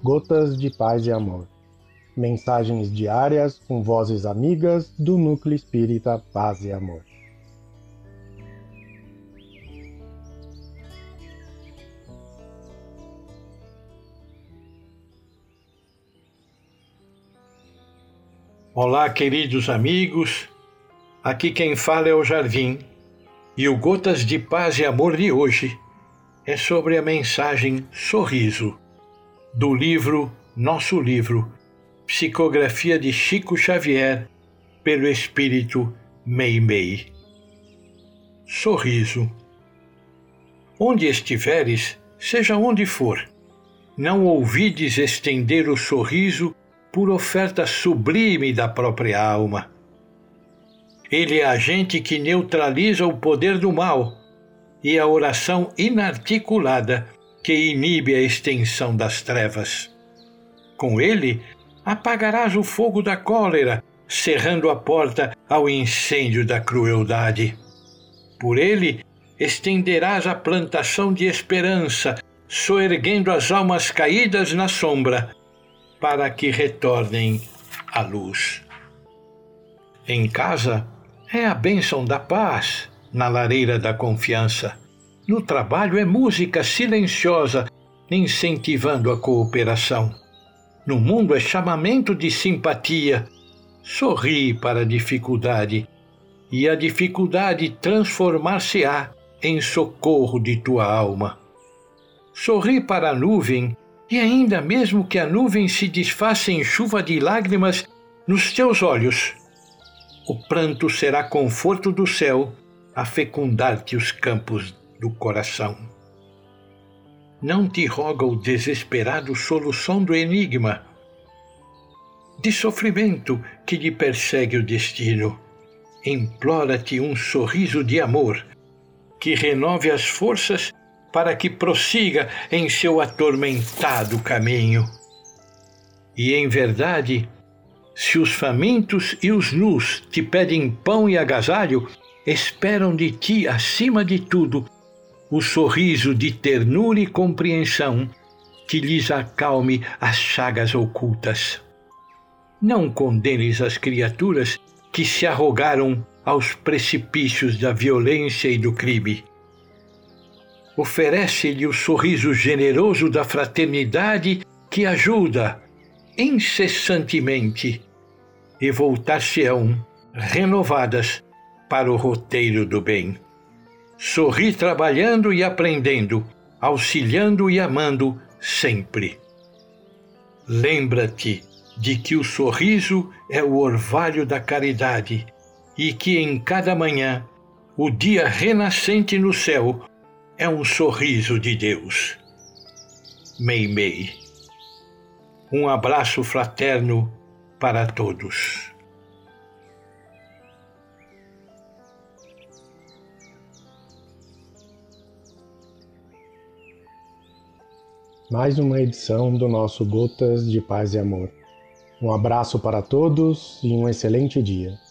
Gotas de Paz e Amor. Mensagens diárias com vozes amigas do Núcleo Espírita Paz e Amor. Olá, queridos amigos, aqui quem fala é o Jardim, e o Gotas de Paz e Amor de hoje é sobre a mensagem Sorriso, do livro Nosso Livro, Psicografia de Chico Xavier, pelo Espírito Meimei. Sorriso. Onde estiveres, seja onde for, não ouvides estender o sorriso por oferta sublime da própria alma. Ele é agente que neutraliza o poder do mal e a oração inarticulada que inibe a extensão das trevas. Com ele, apagarás o fogo da cólera, cerrando a porta ao incêndio da crueldade. Por ele, estenderás a plantação de esperança, soerguendo as almas caídas na sombra, para que retornem à luz. Em casa é a bênção da paz, na lareira da confiança. No trabalho é música silenciosa, incentivando a cooperação. No mundo é chamamento de simpatia. Sorri para a dificuldade, e a dificuldade transformar-se-á em socorro de tua alma. Sorri para a nuvem, e ainda mesmo que a nuvem se desfaça em chuva de lágrimas nos teus olhos, o pranto será conforto do céu a fecundar-te os campos do coração. Não te roga o desesperado solução do enigma de sofrimento que lhe persegue o destino. Implora-te um sorriso de amor que renove as forças para que prossiga em seu atormentado caminho. E em verdade, se os famintos e os nus te pedem pão e agasalho, esperam de ti, acima de tudo, o sorriso de ternura e compreensão que lhes acalme as chagas ocultas. Não condenes as criaturas que se arrogaram aos precipícios da violência e do crime. Oferece-lhe o sorriso generoso da fraternidade que ajuda incessantemente, e voltar-se-ão renovadas para o roteiro do bem. Sorri trabalhando e aprendendo, auxiliando e amando sempre. Lembra-te de que o sorriso é o orvalho da caridade e que em cada manhã o dia renascente no céu é um sorriso de Deus. Meimei. Um abraço fraterno para todos. Mais uma edição do nosso Gotas de Paz e Amor. Um abraço para todos e um excelente dia.